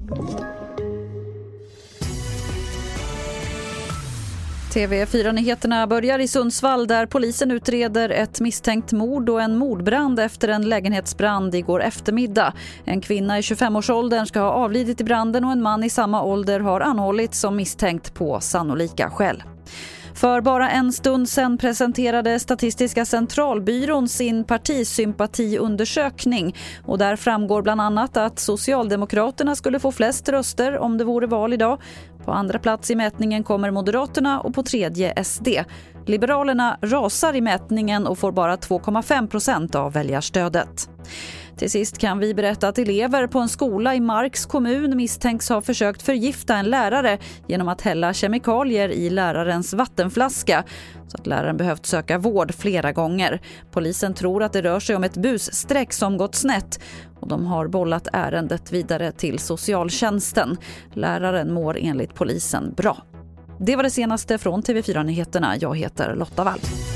TV4-nyheterna börjar i Sundsvall där polisen utreder ett misstänkt mord och en mordbrand efter en lägenhetsbrand igår eftermiddag. En kvinna i 25-årsåldern ska ha avlidit i branden och en man i samma ålder har anhållits som misstänkt på sannolika skäl. För bara en stund sedan presenterade Statistiska centralbyrån sin partisympatiundersökning och där framgår bland annat att Socialdemokraterna skulle få flest röster om det vore val idag. På andra plats i mätningen kommer Moderaterna och på tredje SD. Liberalerna rasar i mätningen och får bara 2,5% av väljarstödet. Till sist kan vi berätta att elever på en skola i Marks kommun misstänks ha försökt förgifta en lärare genom att hälla kemikalier i lärarens vattenflaska så att läraren behövt söka vård flera gånger. Polisen tror att det rör sig om ett busstreck som gått snett och de har bollat ärendet vidare till socialtjänsten. Läraren mår enligt polisen bra. Det var det senaste från TV4-nyheterna. Jag heter Lotta Wall.